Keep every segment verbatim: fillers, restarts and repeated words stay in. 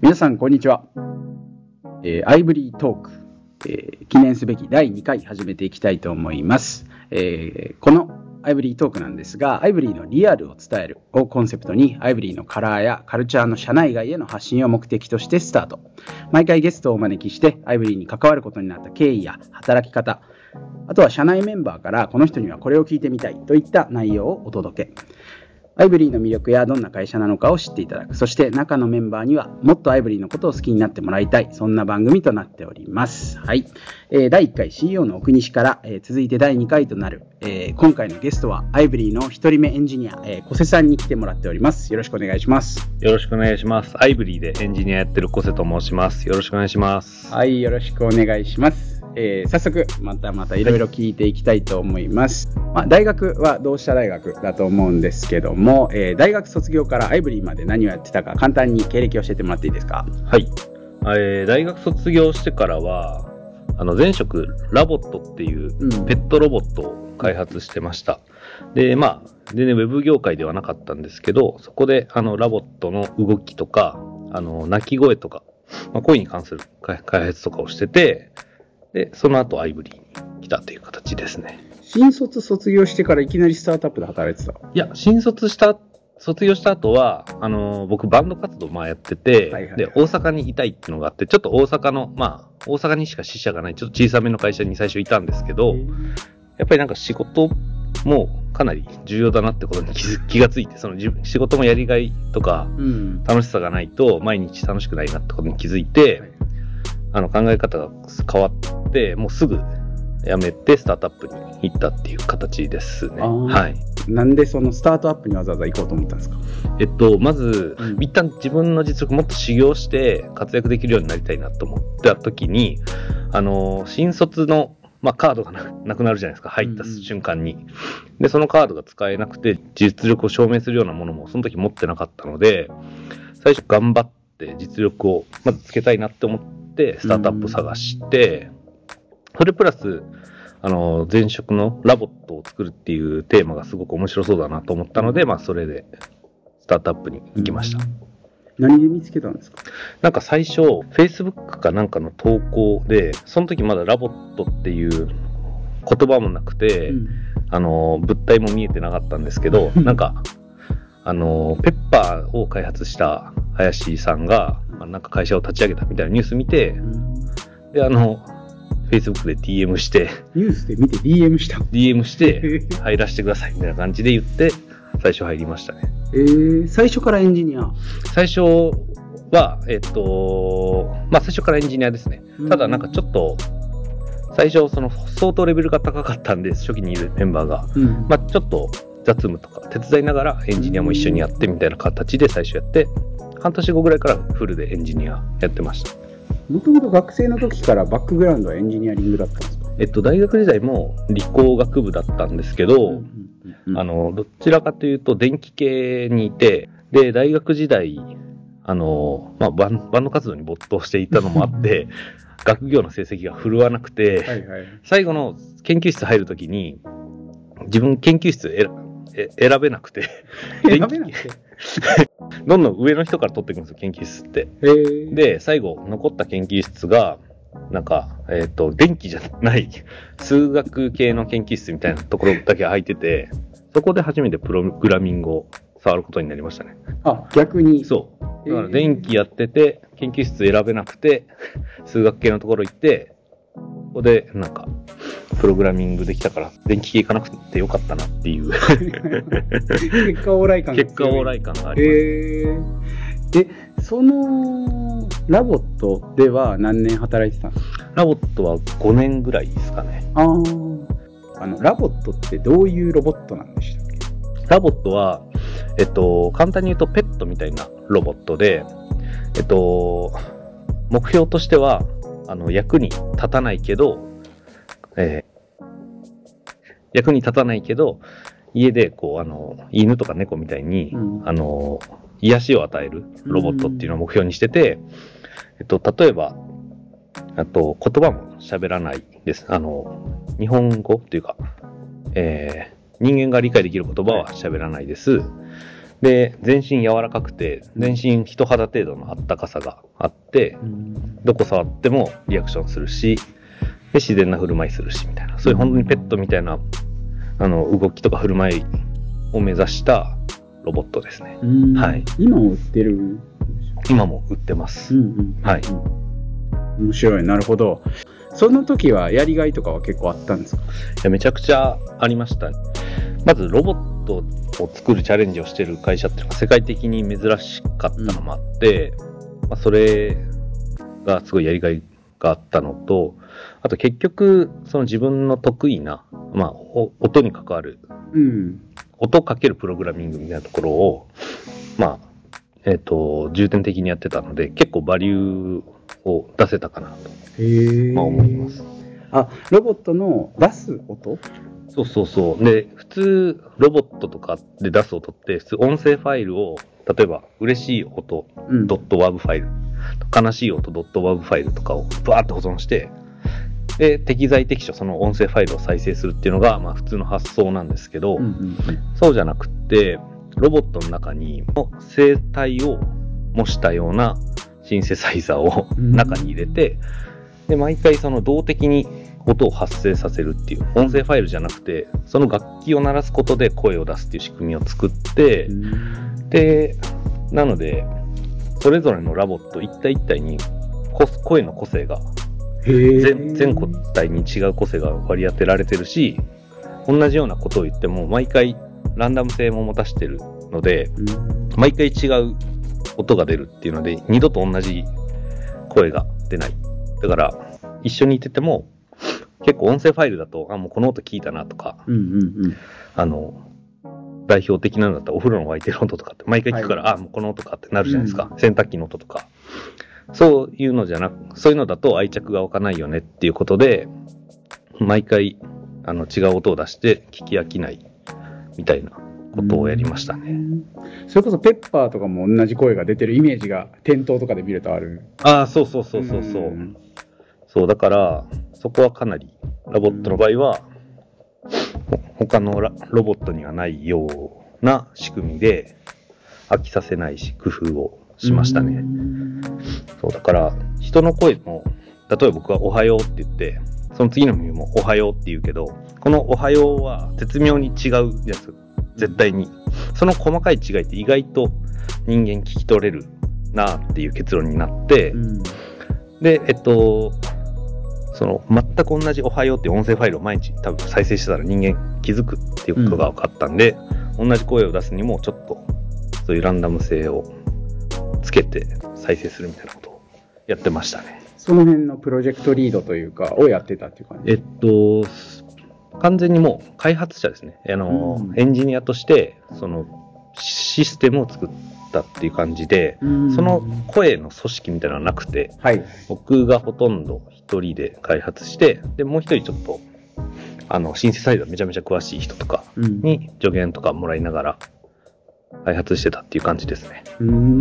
皆さんこんにちは、えー、アイブリートーク、えー、記念すべきだいにかい始めていきたいと思います、えー、このアイブリートークなんですが、アイブリーのリアルを伝えるをコンセプトに、アイブリーのカラーやカルチャーの社内外への発信を目的としてスタート。毎回ゲストをお招きしてアイブリーに関わることになった経緯や働き方、あとは社内メンバーからこの人にはこれを聞いてみたいといった内容をお届け。アイブリーの魅力やどんな会社なのかを知っていただく。そして中のメンバーにはもっとアイブリーのことを好きになってもらいたい。そんな番組となっております。はい。えー、だいいっかい シーイーオー の奥西から、えー、続いてだいにかいとなる、えー、今回のゲストはアイブリーの一人目エンジニア、えー、小瀬さんに来てもらっております。よろしくお願いします。 よろしくお願いします。アイブリーでエンジニアやってる小瀬と申します。よろしくお願いします。 はい、よろしくお願いします。えー、早速またまたいろいろ聞いていきたいと思います、はい。まあ、大学は同志社大学だと思うんですけども、えー、大学卒業からアイブリーまで何をやってたか簡単に経歴を教えてもらっていいですか？ はい、えー、大学卒業してからはあの前職ラボットっていうペットロボットを開発してました、うん、でまあ全然ウェブ業界ではなかったんですけど、そこであのラボットの動きとかあの鳴き声とか、まあ、声に関する開発とかをしてて、でその後アイブリーに来たという形ですね。 新卒卒業してからいきなりスタートアップで働いてた？ いや、新卒した卒業した後はあの僕バンド活動まあやってて、はいはいはい、で大阪にいたいっていうのがあって、ちょっと大阪のまあ大阪にしか支社がないちょっと小さめの会社に最初いたんですけど、やっぱりなんか仕事もかなり重要だなってことに 気, 気がついて、その自分仕事もやりがいとか楽しさがないと毎日楽しくないなってことに気づいて、はい、あの考え方が変わってもうすぐ辞めてスタートアップに行ったっていう形ですね。はい。 なんでそのスタートアップにわざわざ行こうと思ったんですか？ えっとまず、うん、一旦自分の実力もっと修行して活躍できるようになりたいなと思った時に、あの新卒の、まあ、カードが な, なくなるじゃないですか、入った瞬間に、うんうん、でそのカードが使えなくて実力を証明するようなものもその時持ってなかったので、最初頑張って実力をまずつけたいなって思ってスタートアップを探して、うん、それプラスあの前職のラボットを作るっていうテーマがすごく面白そうだなと思ったので、まあ、それでスタートアップに行きました。 何で見つけたんですか？ なんか最初 Facebook かなんかの投稿で、その時まだラボットっていう言葉もなくて、うん、あの物体も見えてなかったんですけどなんかあのペッパーを開発した林さんがなんか会社を立ち上げたみたいなニュース見て、うん、であのFacebook で ディーエム してニュースで見て ディーエム したディーエム して入らせてくださいみたいな感じで言って最初入りましたね。 えー、最初からエンジニア？ 最初はえっとまあ最初からエンジニアですね、うん、ただなんかちょっと最初その相当レベルが高かったんで、初期にいるメンバーが、うん、まあちょっと雑務とか手伝いながらエンジニアも一緒にやってみたいな形で最初やって、半年後ぐらいからフルでエンジニアやってました。 もともと学生の時からバックグラウンドはエンジニアリングだったんですか？ えっと、大学時代も理工学部だったんですけど、うんうんうん、あのどちらかというと電気系にいて、で大学時代あの、まあ、バン、バンド活動に没頭していたのもあって学業の成績が振るわなくて、はいはい、最後の研究室入る時に自分研究室選選べなくて選べなくてどんどん上の人から取っていくんですよ、研究室って。へで最後残った研究室がなんか、えーと、電気じゃない数学系の研究室みたいなところだけ空いてて、そこで初めてプログラミングを触ることになりましたね。 あ、逆に？ そうだから電気やってて研究室選べなくて数学系のところ行って、ここでなんかプログラミングできたから電気系行かなくてよかったなっていう結果オーライ感が結果オーライ感があります。 えー、でそのラボットでは何年働いてたんですか？ ラボットはごねんぐらいですかね。 ああのラボットってどういうロボットなんでしたっけ？ ラボットはえっと簡単に言うとペットみたいなロボットで、えっと目標としてはあの役に立たないけど、えー、役に立たないけど家でこうあの犬とか猫みたいに、うん、あの癒しを与えるロボットっていうのを目標にしてて、えっと例えばあと言葉も喋らないです。あの日本語っていうか、えー、人間が理解できる言葉は喋らないです。 で全身柔らかくて全身人肌程度のあったかさがあって、うん、どこ触ってもリアクションするしで自然な振る舞いするしみたいなそういう本当にペットみたいなあの動きとか振る舞いを目指したロボットですね。はい、 今も売ってる？ 今も売ってます。うんうん、はい。 面白い。なるほど。その時はやりがいとかは結構あったんですか？いやめちゃくちゃありました。まずロボットを作るチャレンジをしている会社っていうのが世界的に珍しかったのもあって、うんまあ、それがすごいやりがいがあったのと、あと結局その自分の得意な、まあ、音に関わる、うん、音かけるプログラミングみたいなところを、まあえーと、重点的にやってたので結構バリューを出せたかなと、まあ、思います。 あ、ロボットの出す音？ そうそうそう。で、普通ロボットとかで出す音って普通音声ファイルを例えば嬉しい音、うん、ドット ワブ ファイル、悲しい音ドット ワブ ファイルとかをバーッと保存してで適材適所その音声ファイルを再生するっていうのがまあ普通の発想なんですけど、うんうんうん、そうじゃなくってロボットの中に声帯を模したようなシンセサイザーを中に入れて、うん、で毎回その動的に音を発生させるっていう音声ファイルじゃなくてその楽器を鳴らすことで声を出すっていう仕組みを作って、うん、でなのでそれぞれのロボット一体一体に声の個性が 全, 全個体に違う個性が割り当てられてるし同じようなことを言っても毎回ランダム性も持たしてるので、うん、毎回違う音が出るっていうので二度と同じ声が出ない。だから一緒にいてても結構音声ファイルだとあもうこの音聞いたなとか、うんうんうん、あの代表的なのだったらお風呂の沸いてる音とかって毎回聞くから、はい、あもうこの音かってなるじゃないですか、うん、洗濯機の音とかそういうのじゃなくそういうのだと愛着が湧かないよねっていうことで毎回あの違う音を出して聞き飽きないみたいなことをやりましたね。 それこそペッパーとかも同じ声が出てるイメージが店頭とかで見るとある。 ああそうそうそうそうそう。うそうだからそこはかなりロボットの場合は他のロボットにはないような仕組みで飽きさせないし工夫をしましたね。そうだから人の声も例えば僕はおはようって言ってその次の日もおはようって言うけどこのおはようは絶妙に違うやつ絶対にその細かい違いって意外と人間聞き取れるなっていう結論になって、うん、でえっとその全く同じおはようっていう音声ファイルを毎日多分再生してたら人間気づくっていうことが分かったんで、うん、同じ声を出すにもちょっとそういうランダム性をつけて再生するみたいなことをやってましたね。 その辺のプロジェクトリードというかをやってたっていう感じ？ えっと完全にもう開発者ですね。あの、うん、エンジニアとしてそのシステムを作ったっていう感じで、うん、その声の組織みたいなのはなくて、はい、僕がほとんど一人で開発してでもう一人ちょっとあのシンセサイザーめちゃめちゃ詳しい人とかに助言とかもらいながら開発してたっていう感じですね。うーん、うん、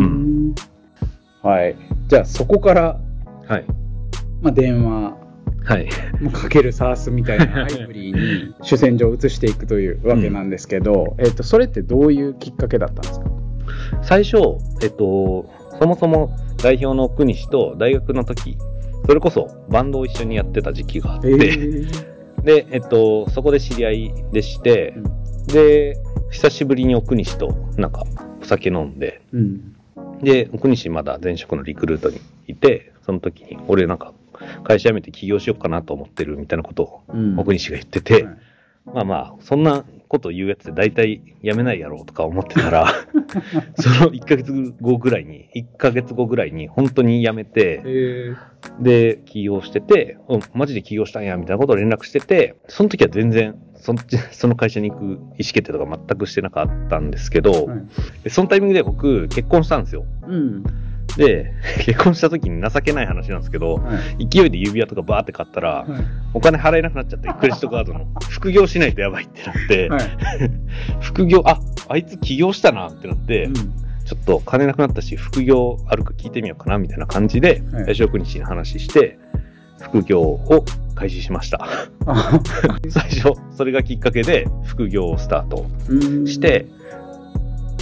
はい。じゃあそこから、 はいまあ、電話はい、 かける SARS みたいなアイブリーに主戦場を移していくというわけなんですけど、うんえっと、それってどういうきっかけだったんですか？ 最初、えっと、そもそも代表の奥西と大学の時それこそバンドを一緒にやってた時期があって、えー、で、えっと、そこで知り合いでして、うん、で久しぶりに奥西となんかお酒飲んで、うん、で奥西まだ前職のリクルートにいてその時に俺なんか会社辞めて起業しようかなと思ってるみたいなことを奥西が言ってて、うんはい、まあまあそんなこと言うやつで大体辞めないやろうとか思ってたらそのいっかげつごぐらいにいっかげつごぐらいに本当に辞めてで起業してて、うん、マジで起業したんやみたいなことを連絡しててその時は全然その、その会社に行く意思決定とか全くしてなかったんですけど、はい、でそのタイミングで僕結婚したんですよ、うんで結婚した時に情けない話なんですけど、はい、勢いで指輪とかバーって買ったら、はい、お金払えなくなっちゃってクレジットカードの副業しないとやばいってなって、はい、副業ああいつ起業したなってなって、うん、ちょっと金なくなったし副業あるか聞いてみようかなみたいな感じで最初国西に話して副業を開始しました最初それがきっかけで副業をスタートして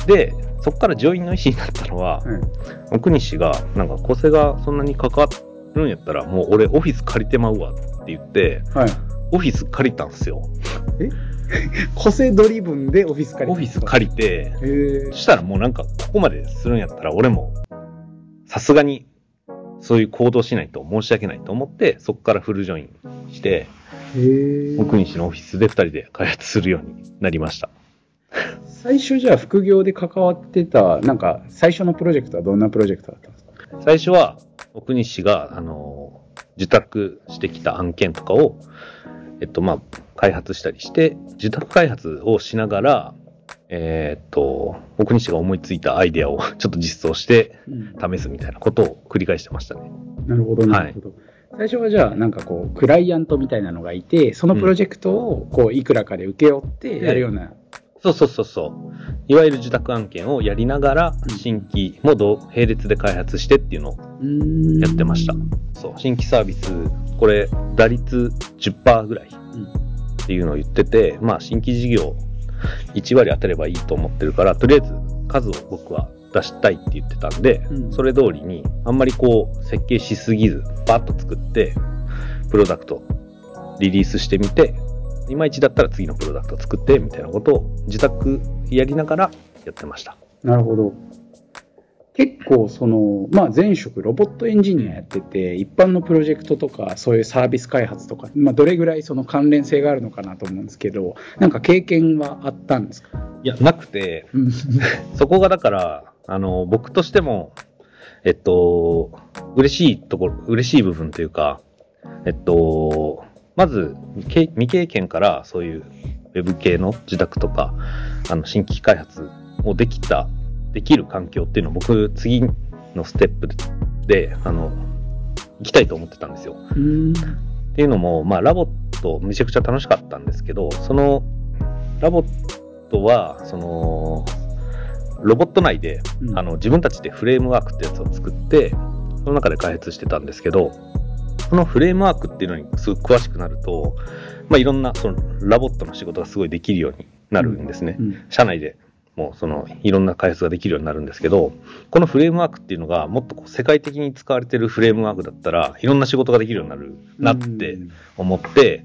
でそこから上院の医師になったのは、うん、奥西がなんか小瀬がそんなに関わるんやったらもう俺オフィス借りてまうわって言って、はい、オフィス借りたんですよ。 え小瀬ドリブンでオフィス借りたオフィス借りて、そしたらもうなんかここまでするんやったら俺もさすがにそういう行動しないと申し訳ないと思ってそこからフルジョインして奥西のオフィスでふたりで開発するようになりました。 最初じゃあ副業で関わってたなんか最初のプロジェクトはどんなプロジェクトだったんですか？ 最初は奥西があの受託してきた案件とかをえっとまあ開発したりして受託開発をしながらえー、っと奥西が思いついたアイデアをちょっと実装して試すみたいなことを繰り返してましたね。 うん、なるほどなるほど。はい、最初はじゃあなんかこうクライアントみたいなのがいてそのプロジェクトをこういくらかで請け負ってやるような、うん、 そうそうそうそういわゆる受託案件をやりながら新規も並列で開発してっていうのをやってました。そう新規サービスこれ打率 じゅっパーセント ぐらいっていうのを言ってて、まあ新規事業いち割当てればいいと思ってるからとりあえず数を僕は出したいって言ってたんで、うん、それ通りにあんまりこう設計しすぎずバッと作ってプロダクトリリースしてみていまいちだったら次のプロダクト作ってみたいなことを自宅やりながらやってました。 なるほど。結構その、まあ、前職ロボットエンジニアやってて一般のプロジェクトとかそういうサービス開発とか、まあ、どれぐらいその関連性があるのかなと思うんですけどなんか経験はあったんですか？ いやなくてそこがだからあの僕としてもえっと嬉しいところ嬉しい部分というかえっとまず未経験からそういうウェブ系の受託とかあの新規開発をできたできる環境っていうのを僕次のステップであの行きたいと思ってたんですよ。うんっていうのも、まあ、ラボットめちゃくちゃ楽しかったんですけどそのラボットはそのロボット内で、うん、あの自分たちでフレームワークってやつを作ってその中で開発してたんですけどそのフレームワークっていうのにすごく詳しくなると、まあ、いろんなそのラボットの仕事がすごいできるようになるんですね。うんうん、社内でもうそのいろんな開発ができるようになるんですけどこのフレームワークっていうのがもっとこう世界的に使われてるフレームワークだったらいろんな仕事ができるようになるなって思って、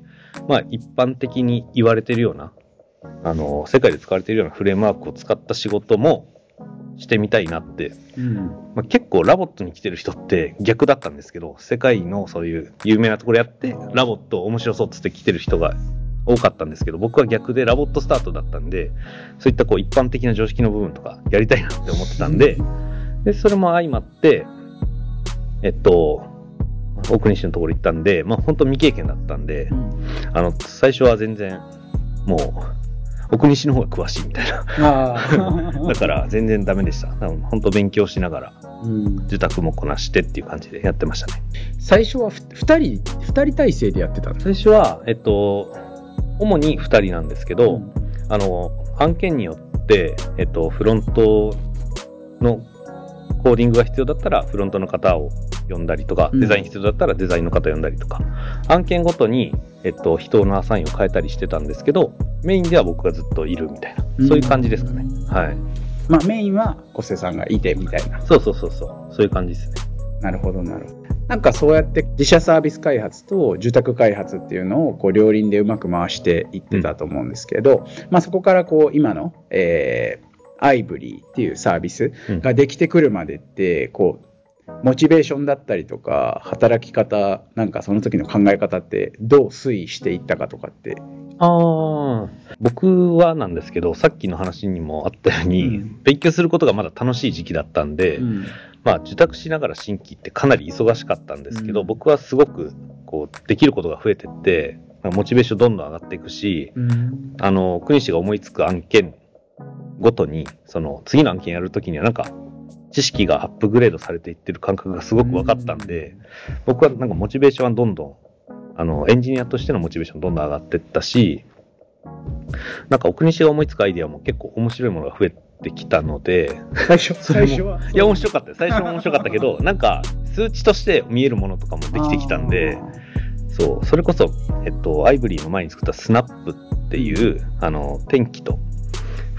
まあ、一般的に言われてるようなあの世界で使われてるようなフレームワークを使った仕事もしてみたいなって、うんまあ、結構ラボットに来てる人って逆だったんですけど世界のそういう有名なところやってラボット面白そうっつって来てる人が多かったんですけど僕は逆でラボットスタートだったんでそういったこう一般的な常識の部分とかやりたいなって思ってたんで、でそれも相まってえっと奥西のところ行ったんでまあ本当未経験だったんで、うん、あの最初は全然もう奥西の方が詳しいみたいなあだから全然ダメでした。本当勉強しながら、うん、受託もこなしてっていう感じでやってましたね。 最初はふたりふたり体制でやってたんですか？ 最初はえっと主にふたりなんですけど、うん、あの案件によって、えっと、フロントのコーディングが必要だったらフロントの方を呼んだりとか、デザイン必要だったらデザインの方を呼んだりとか、うん、案件ごとに、えっと、人のアサインを変えたりしてたんですけどメインでは僕がずっといるみたいな、うん、そういう感じですかね。はい。 まあメインは小瀬さんがいてみたいな。 そうそうそうそうそういう感じですね。 なるほどなるほど。なんかそうやって自社サービス開発と受託開発っていうのをこう両輪でうまく回していってたと思うんですけど、うんまあ、そこからこう今の、えー、アイブリーっていうサービスができてくるまでってこうモチベーションだったりとか働き方なんかその時の考え方ってどう推移していったかとかって。 あ僕はなんですけどさっきの話にもあったように、うん、勉強することがまだ楽しい時期だったんで、うんまあ、受託しながら新規ってかなり忙しかったんですけど、うん、僕はすごくこうできることが増えてってモチベーションどんどん上がっていくし、うん、あの国西が思いつく案件ごとにその次の案件やるときにはなんか知識がアップグレードされていってる感覚がすごく分かったんで、うん、僕はなんかモチベーションはどんどんあのエンジニアとしてのモチベーションどんどん上がっていったしなんか奥西が思いつくアイデアも結構面白いものが増えてきたので最初最初はいや面白かった最初は面白かったけどなんか数値として見えるものとかもできてきたんでそうそれこそ、えっと、アイブリーの前に作ったスナップっていうあの天気と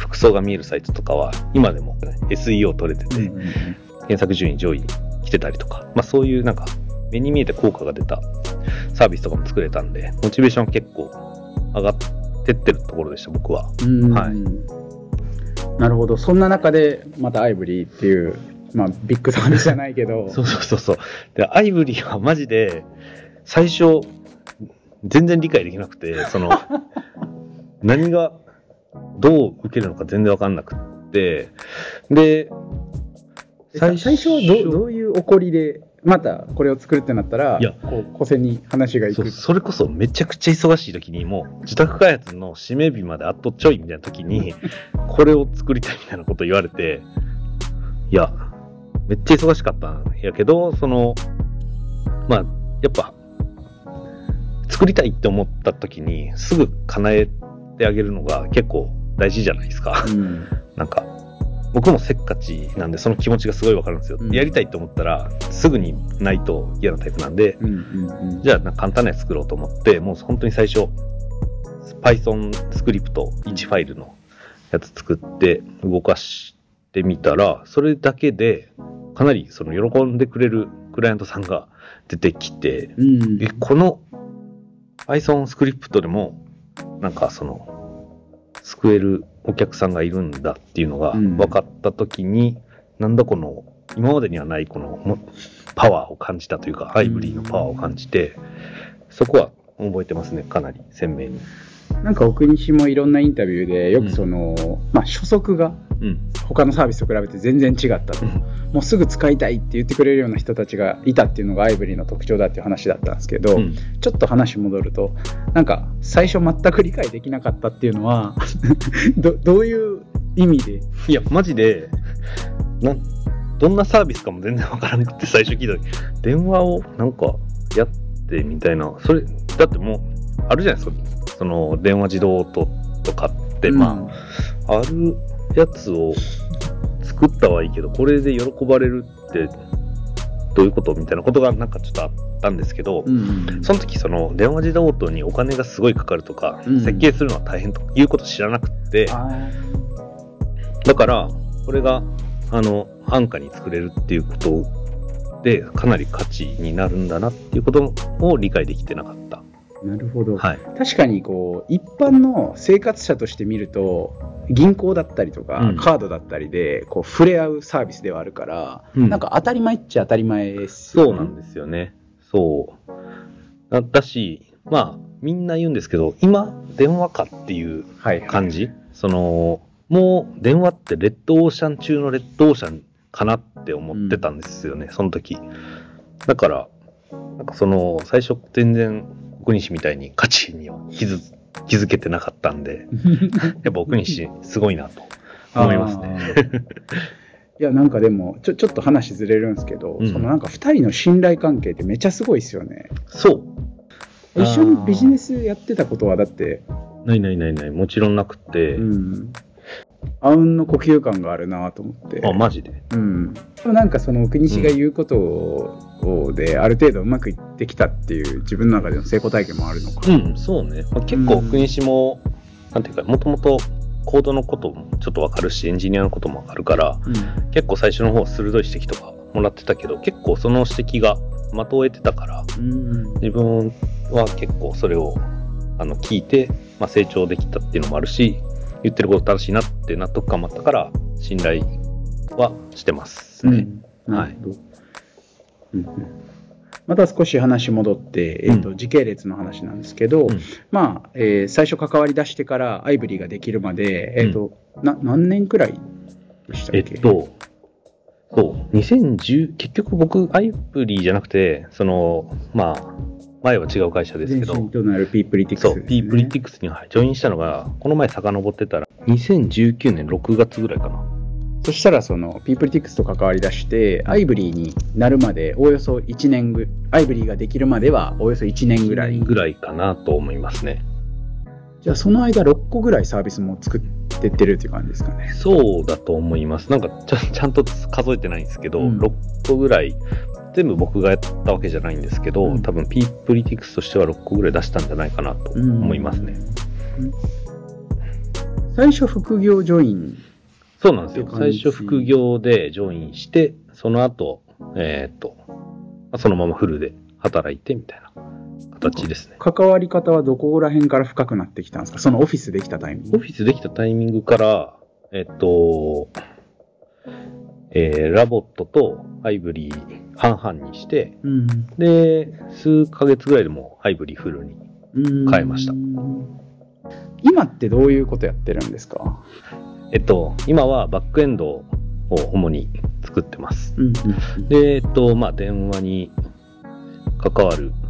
服装が見えるサイトとかは今でも エスイーオー 取れてて、うんうんうん、検索順位上位に来てたりとか、まあ、そういうなんか目に見えて効果が出たサービスとかも作れたんで、モチベーション結構上がってってるところでした、僕は。うん、はい、 なるほど。そんな中でまたアイブリーっていう、まあ、ビッグな話じゃないけどそうそうそうそう。でアイブリーはマジで最初全然理解できなくて、その何がどう受けるのか全然分かんなくってで最初は ど, どういう起こりでまたこれを作るってなったら、いやこう小瀬に話がいく。 そ, それこそめちゃくちゃ忙しい時に、もう自宅開発の締め日まであとちょいみたいな時にこれを作りたいみたいなこと言われて、いやめっちゃ忙しかったんやけど、そのまあやっぱ作りたいって思った時にすぐ叶えてあげるのが結構大事じゃないですか、うん、なんか僕もせっかちなんでその気持ちがすごいわかるんですよ、うん、やりたいと思ったらすぐにないと嫌なタイプなんで、うんうんうん、じゃあなんか簡単なやつ作ろうと思って、もう本当に最初 Python スクリプトいちファイルのやつ作って動かしてみたら、それだけでかなりその喜んでくれるクライアントさんが出てきて、うん、でこの Python スクリプトでもなんかその救えるお客さんがいるんだっていうのが分かった時に、うん、なんだこの今までにはないこのパワーを感じたというか、アイブリーのパワーを感じて、そこは覚えてますね、かなり鮮明に。 なんか奥西もいろんなインタビューでよくその、うんまあ、初速が他のサービスと比べて全然違ったと、うん、もうすぐ使いたいって言ってくれるような人たちがいたっていうのがアイブリーの特徴だっていう話だったんですけど、うん、ちょっと話戻ると、なんか最初全く理解できなかったっていうのはど, どういう意味で？ いやマジでなどんなサービスかも全然わからなくて、最初聞いた時電話をなんかやってみたいな、それだってもうあるじゃないですか、その電話自動音とかって、うん、まああるやつを作ったはいいけど、これで喜ばれるってどういうことみたいなことがなんかちょっとあったんですけど、うん、その時その電話自動音にお金がすごいかかるとか、うん、設計するのは大変ということ知らなくて、だからこれがあの安価に作れるっていうことでかなり価値になるんだなっていうことを理解できてなかった。 なるほど、はい、確かにこう一般の生活者として見ると銀行だったりとか、うん、カードだったりでこう触れ合うサービスではあるから、うん、なんか当たり前っちゃ当たり前ですよね。 そうなんですよね。そうだし、まあみんな言うんですけど、今電話かっていう感じ、はいはい、そのもう電話ってレッドオーシャン中のレッドオーシャンかなって思ってたんですよね、うん、その時。だからなんかその最初全然奥西みたいに価値には気づ、気づけてなかったんでやっぱ奥西すごいなと思いますねいやなんかでもちょ、ちょっと話ずれるんですけど、うん、そのなんかふたりの信頼関係ってめちゃすごいですよね。 そう一緒にビジネスやってたことはだってないないないない、もちろんなくて、うん、 あうんの呼吸感があるなと思って。 あマジで、 うん、でもなんかその奥西が言うことをである程度うまくいってきたっていう自分の中での成功体験もあるのか。 うんそうね、まあ、結構奥西も、うん、なんていうかもともとコードのこともちょっと分かるしエンジニアのこともあるから、うん、結構最初の方鋭い指摘とかもらってたけど、結構その指摘が的を得てたから、うん、自分は結構それをあの聞いて、まあ、成長できたっていうのもあるし、言ってること正しいなって納得感もあったから信頼はしてますね、うん、はい、 うんうん、また少し話戻って、えーとうん、時系列の話なんですけど、うん、まあ、えー、最初関わり出してからアイブリーができるまで、えーとうん、な何年くらいでしたっけ？ えっとそうにせんじゅう結局僕アイブリーじゃなくてそのまあ前は違う会社ですけど、 前身となるピープリティクス、ね、 そうピープリティクスにジョインしたのがこの前遡ってたらにせんじゅうきゅうねんろくがつぐらいかな。 そしたらそのピープリティクスと関わり出してアイブリーになるまでおよそいちねんぐアイブリーができるまではおよそいちねんぐらいぐらいかなと思いますね。 じゃあその間ろっこぐらいサービスも作ってってるっていう感じですかね。 そうだと思います。なんかち ゃ, ちゃんと数えてないんですけど、うん、ろっこぐらい全部僕がやったわけじゃないんですけど、うん、多分ピープリティクスとしてはろっこぐらい出したんじゃないかなと思いますね、うんうん、 最初副業ジョイン。 そうなんですよ。最初副業でジョインして、その後、えー、っと、そのままフルで働いてみたいな形ですね。 関わり方はどこら辺から深くなってきたんですか？そのオフィスできたタイミング。 オフィスできたタイミングから、えっと、えー、ラボットとアイブリー半々にして、うん、で、数ヶ月ぐらいでもアイブリーフルに変えました。 今ってどういうことやってるんですか？ えっと、今はバックエンドを主に作ってます。うんうんうん、で、えっと、まあ、電話に関わる、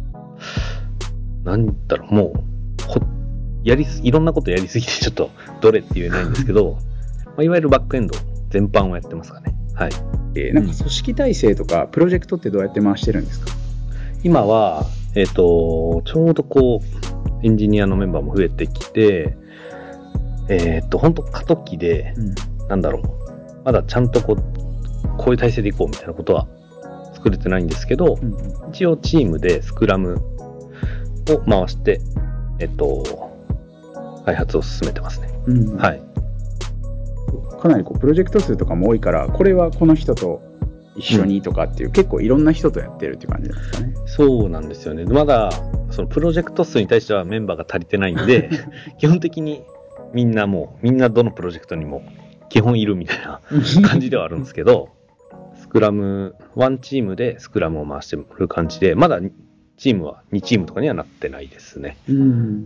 なんだろう、もう、ほやりす、いろんなことやりすぎて、ちょっと、どれって言えないんですけど、まあ、いわゆるバックエンド全般をやってますかね。はい。 えー、なんか組織体制とか、プロジェクトってどうやって回してるんですか？ 今は、えっと、ちょうどこう、エンジニアのメンバーも増えてきて、えっと、本当過渡期で、うん、なんだろう、まだちゃんとこう、こういう体制でいこうみたいなことは作れてないんですけど、うん、一応チームでスクラムを回して、えっと、開発を進めてますね。うん、はい。 かなりこうプロジェクト数とかも多いから、これはこの人と一緒にとかっていう、うん、結構いろんな人とやってるっていう感じなんですかね。 そうなんですよね。まだそのプロジェクト数に対してはメンバーが足りてないんで基本的にみんなもうみんなどのプロジェクトにも基本いるみたいな感じではあるんですけどスクラムワンチームでスクラムを回してる感じで、まだチームはにチームとかにはなってないですね。うん、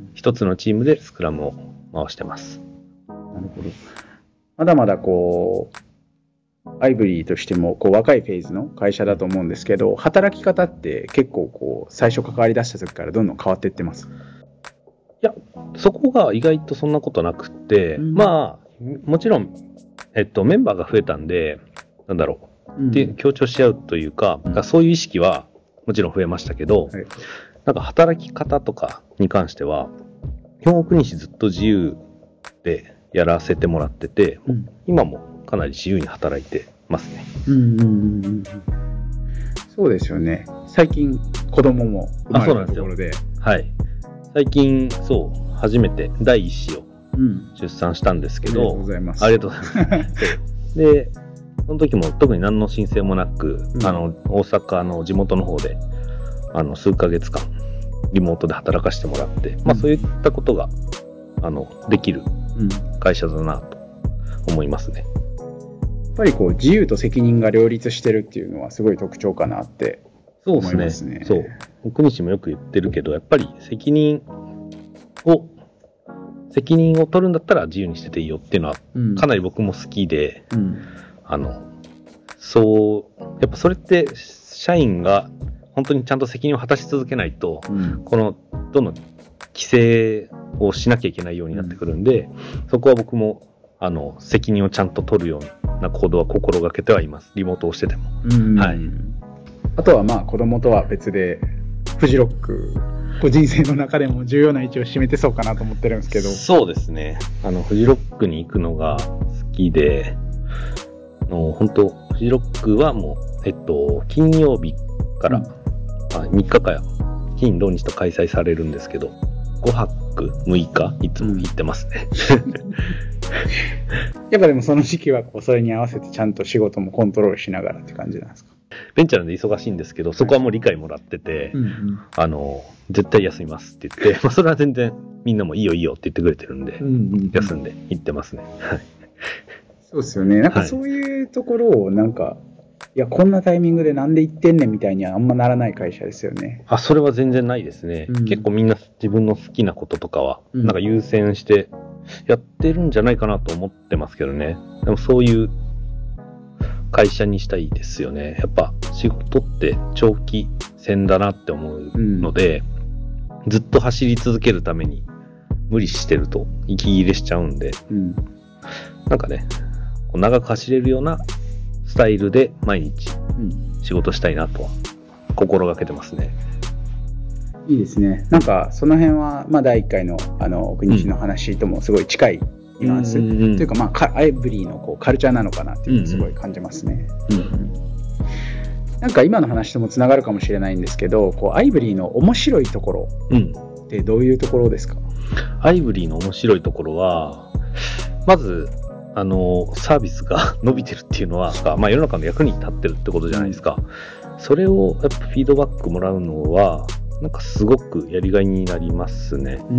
一つのチームでスクラムを回してます。 なるほど。まだまだこうアイブリーとしてもこう若いフェーズの会社だと思うんですけど、働き方って結構こう最初関わり出した時からどんどん変わっていってます？ いや、そこが意外とそんなことなくって、うん、まあもちろん、えっと、メンバーが増えたんで、なんだろう、うん、で協調し合うというか、うん、そういう意識はもちろん増えましたけど、はい、なんか働き方とかに関しては基本国西ずっと自由でやらせてもらってて、うん、今もかなり自由に働いてますね。うんうんうんうん、 そうですよね。最近子供も生まれたところで、 はい。最近そう初めて第一子を出産したんですけど、 うん、ありがとうございます。 ありがとうございますで、その時も特に何の申請もなく、うん、あの大阪の地元の方であの数ヶ月間リモートで働かせてもらって、うん、まあそういったことがあのできる会社だなと思いますね。 やっぱりこう自由と責任が両立してるっていうのはすごい特徴かなって思いますね。 そうですね。そう。国西もよく言ってるけど、やっぱり責任を責任を取るんだったら自由にしてていいよっていうのはかなり僕も好きで、うん、あのそうやっぱそれって社員が本当にちゃんと責任を果たし続けないと、うん、このどんどん規制をしなきゃいけないようになってくるんで、うん、そこは僕もあの責任をちゃんと取るような行動は心がけてはいます。リモートをしてても、うん、はい。 あとはまあ子供とは別でフジロックこう人生の中でも重要な位置を占めてそうかなと思ってるんですけど。 そうですね。あのフジロックに行くのが好きで、の本当フジロックはもうえっと金曜日から、うん、みっかかん金土日と開催されるんですけど、ごはくむいかいつも行ってますね。 やっぱでもその時期はこうそれに合わせてちゃんと仕事もコントロールしながらって感じなんですか？ ベンチャーなんで忙しいんですけど、そこはもう理解もらってて、はい、あの絶対休みますって言って、まあ、それは全然みんなもいいよいいよって言ってくれてるんで、うんうんうん、休んで行ってますね。 そうですよね。なんかそういうところをなんか、はい、いやこんなタイミングでなんで行ってんねんみたいにはあんまならない会社ですよね。 あ、それは全然ないですね、うん、結構みんな自分の好きなこととかはなんか優先してやってるんじゃないかなと思ってますけどね。でもそういう会社にしたいですよね。やっぱ仕事って長期戦だなって思うので、うん、ずっと走り続けるために無理してると息切れしちゃうんで、うん、なんかねこう長く走れるようなスタイルで毎日仕事したいなとは心がけてますね。 いいですね。なんかその辺はまあだいいっかいのあの国西の話ともすごい近いニュアンス、うんうんうん、というかまあアイブリーのこうカルチャーなのかなっていうのをすごい感じますね。うんうん、なんか今の話ともつながるかもしれないんですけど、こうアイブリーの面白いところってどういうところですか？ うん、アイブリーの面白いところはまずあのサービスが伸びてるっていうのは、まあ、世の中の役に立ってるってことじゃないですか。それをやっぱフィードバックもらうのはなんかすごくやりがいになりますね。うん、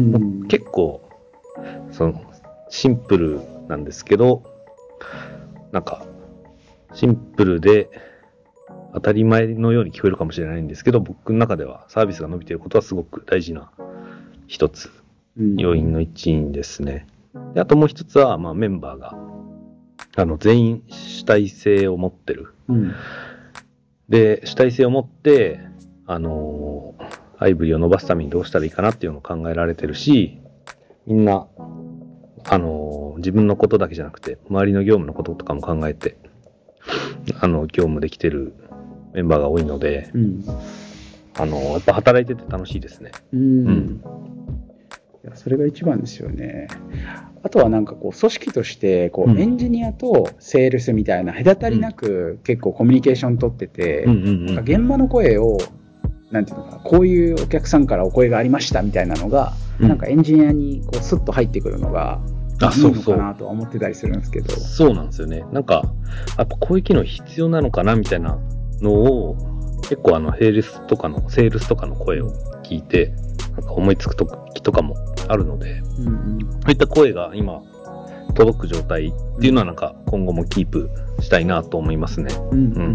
結構そのシンプルなんですけど、なんかシンプルで当たり前のように聞こえるかもしれないんですけど、僕の中ではサービスが伸びていることはすごく大事な一つ、要因の一因ですね。であともう一つは、まあ、メンバーがあの全員主体性を持ってる、うん、で主体性を持ってあのアイブリを伸ばすためにどうしたらいいかなっていうのを考えられてるし、みんなあの自分のことだけじゃなくて周りの業務のこととかも考えてあの業務できてるメンバーが多いので、うん、あのやっぱ働いてて楽しいですね。うん、うん、 いやそれが一番ですよね。あとはなんかこう組織としてこうエンジニアとセールスみたいな隔たりなく結構コミュニケーション取ってて、うんうんうん、なんか現場の声をなんていうのかな、こういうお客さんからお声がありましたみたいなのが、うん、なんかエンジニアにこうスッと入ってくるのがいいのかなとは思ってたりするんですけど。 そうなんですよね。なんかやっぱこういう機能必要なのかなみたいなのを結構あのセールスとかのセールスとかの声を聞いてなんか思いつく時とかもあるので、うんうん、そういった声が今届く状態っていうのはなんか今後もキープしたいなと思いますね。うんうんうん、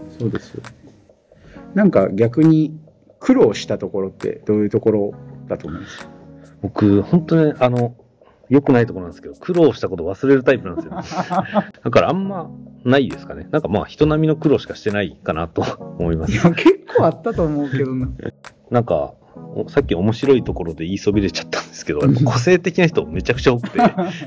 そうですよ。なんか逆に苦労したところってどういうところだと思いますか？ 僕本当にあの良くないところなんですけど、苦労したこと忘れるタイプなんですよ。だからあんまないですかね。なんかまあ人並みの苦労しかしてないかなと思います。 いや結構あったと思うけどな。 なんかさっき面白いところで言いそびれちゃったんですけど、個性的な人めちゃくちゃ多くて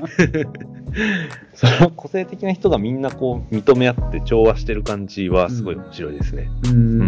その個性的な人がみんなこう認め合って調和してる感じはすごい面白いですね。うん、うん、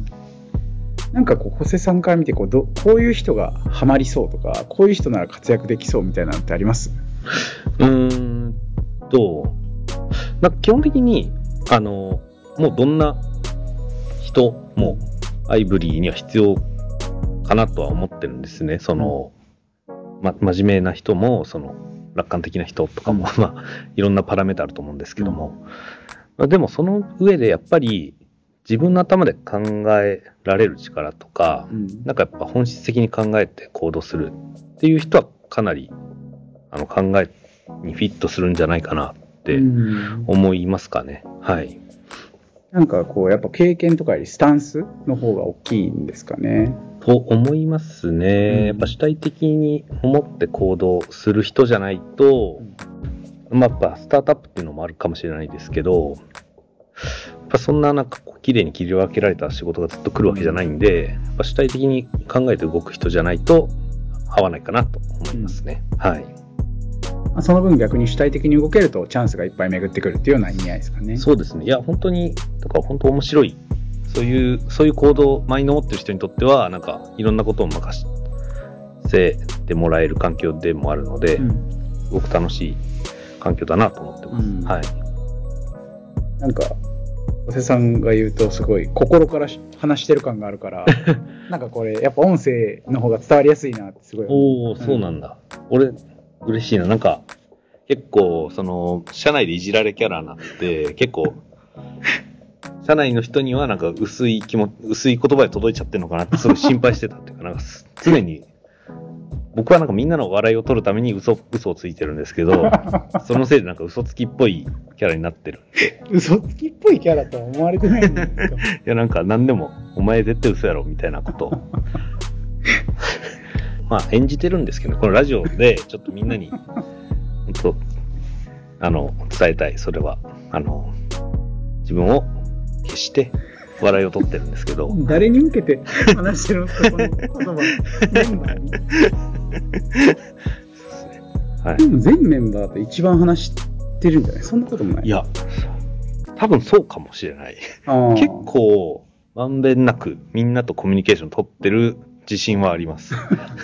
なんかこうホセさんから見てこうどこういう人がハマりそうとか、こういう人なら活躍できそうみたいなのってあります？ うーんとなんか基本的にあのもうどんな人もアイブリーには必要かなとは思ってるんですね。その、ま、真面目な人もその楽観的な人とかも、うん、まあいろんなパラメータあると思うんですけども、うん、でもその上でやっぱり自分の頭で考えられる力とか、うん、なんかやっぱ本質的に考えて行動するっていう人はかなりあの考えにフィットするんじゃないかなって思いますかね。うん、はい。 なんかこうやっぱ経験とかよりスタンスの方が大きいんですかね。 と思いますね。うん、やっぱ主体的に思って行動する人じゃないと、うん、まあやっぱスタートアップっていうのもあるかもしれないですけど、やっぱそんななんかこう綺麗に切り分けられた仕事がずっと来るわけじゃないんで、やっぱ主体的に考えて動く人じゃないと合わないかなと思いますね。うん、はい。 その分逆に主体的に動けるとチャンスがいっぱい巡ってくるっていうような意味合いですかね。 そうですね。いや本当にだから本当面白い。そういうそういう行動マインドを持ってる人にとってはなんかいろんなことを任せてもらえる環境でもあるので、うん、すごく楽しい環境だなと思ってます。うん、はい。 なんか小瀬さんが言うとすごい心から話してる感があるからなんかこれやっぱ音声の方が伝わりやすいなってすごい思う。 おお、そうなんだ。うん、俺嬉しいな。なんか結構その社内でいじられキャラになって結構社内の人にはなんか薄い気も薄い言葉で届いちゃってるのかなってすごい心配してたっていうか、なんか常に僕はなんかみんなの笑いを取るために嘘嘘をついてるんですけどそのせいでなんか嘘つきっぽいキャラになってるんで。 嘘つきっぽいキャラとは思われてないんですか？いやなんか何でもお前絶対嘘やろみたいなことをまあ演じてるんですけど、このラジオでちょっとみんなに本当あの伝えたい。それはあの自分を決して笑いを取ってるんですけど誰に向けて話してるんですかこの言葉メンバーにはい、でも全メンバーと一番話してるんじゃない？そんなこともない。 いや多分そうかもしれない。結構まんべんなくみんなとコミュニケーション取ってる自信はあります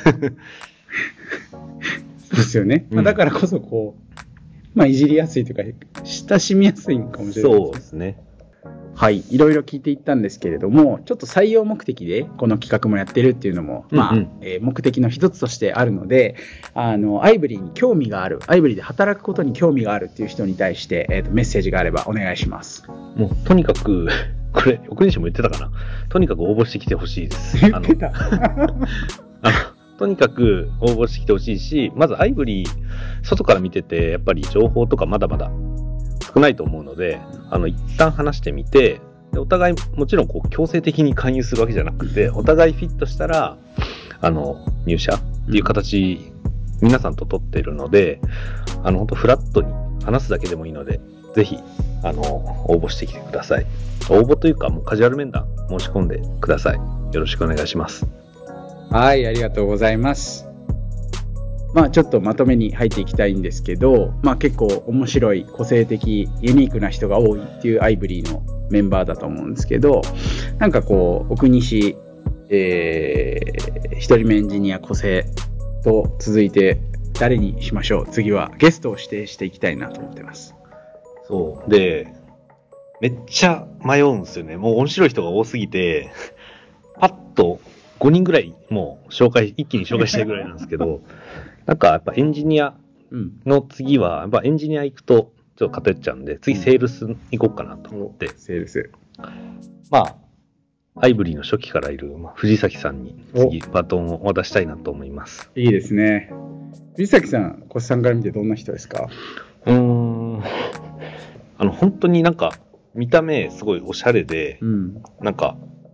ですよね、うんまあ、だからこそこうまあいじりやすいというか親しみやすいのかもしれないですね。 そうですね。 はい、いろいろ聞いていったんですけれども、ちょっと採用目的でこの企画もやってるっていうのも、まあ、うんうん、えー、目的の一つとしてあるので、あのアイブリーに興味がある、アイブリーで働くことに興味があるっていう人に対して、えーと、メッセージがあればお願いします。 もうとにかくこれ奥西も言ってたかな、とにかく応募してきてほしいです。 言ってたあのとにかく応募してきてほしいし、まずアイブリー外から見ててやっぱり情報とかまだまだ少ないと思うので、あの一旦話してみて、でお互いもちろんこう強制的に勧誘するわけじゃなくて、お互いフィットしたらあの入社っていう形、うん、皆さんと取ってるので、あの本当フラットに話すだけでもいいので、ぜひあの応募してきてください。応募というかもうカジュアル面談申し込んでください。よろしくお願いします。 はい、ありがとうございます。まあちょっとまとめに入っていきたいんですけど、まあ結構面白い、個性的、ユニークな人が多いっていうアイブリーのメンバーだと思うんですけど、なんかこう奥西、えー、一人目エンジニア個性と続いて誰にしましょう。次はゲストを指定していきたいなと思ってます。 そうで、めっちゃ迷うんですよね。もう面白い人が多すぎて、パッとごにんぐらいもう紹介、一気に紹介したいぐらいなんですけど、なんかやっぱエンジニアの次は、やっぱエンジニア行くとちょっと偏っちゃうんで、次セールス行こうかなと思って。 セールス。 まあ、アイブリーの初期からいる、まあ、藤崎さんに次バトンを渡したいなと思います。 いいですね。藤崎さん、小瀬さんから見てどんな人ですか？ うーん。あの、本当になんか、見た目すごいおしゃれで、うん、なんか、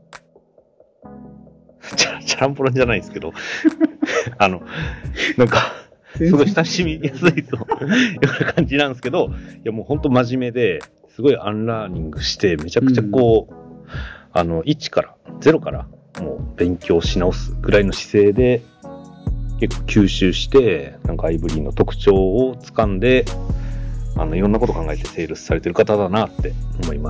チャ, チャランポランじゃないですけど、あの、なんか、すごい親しみやすいとような感じなんですけど、いやもう本当真面目で、すごいアンラーニングして、めちゃくちゃこう、うん、あの、いちから、ゼロからもう勉強し直すぐらいの姿勢で、結構吸収して、なんかアイブリーの特徴を掴んで、あのいろんなこと考えてセールスされてる方だなって思います。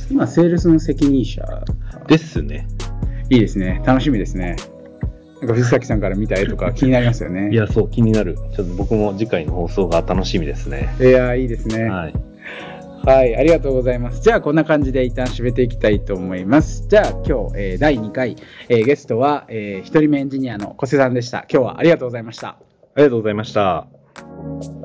今セールスの責任者ですね。 いいですね。楽しみですね。なんか藤崎さんから見た絵とか気になりますよね。 いや、そう気になる。ちょっと僕も次回の放送が楽しみですね。 いや、いいですね。 はい。 はい、ありがとうございます。じゃあこんな感じで一旦締めていきたいと思います。じゃあ今日、えー、だいにかい、えー、ゲストは、えー、ひとりめエンジニアの小瀬さんでした。今日はありがとうございました。 ありがとうございました。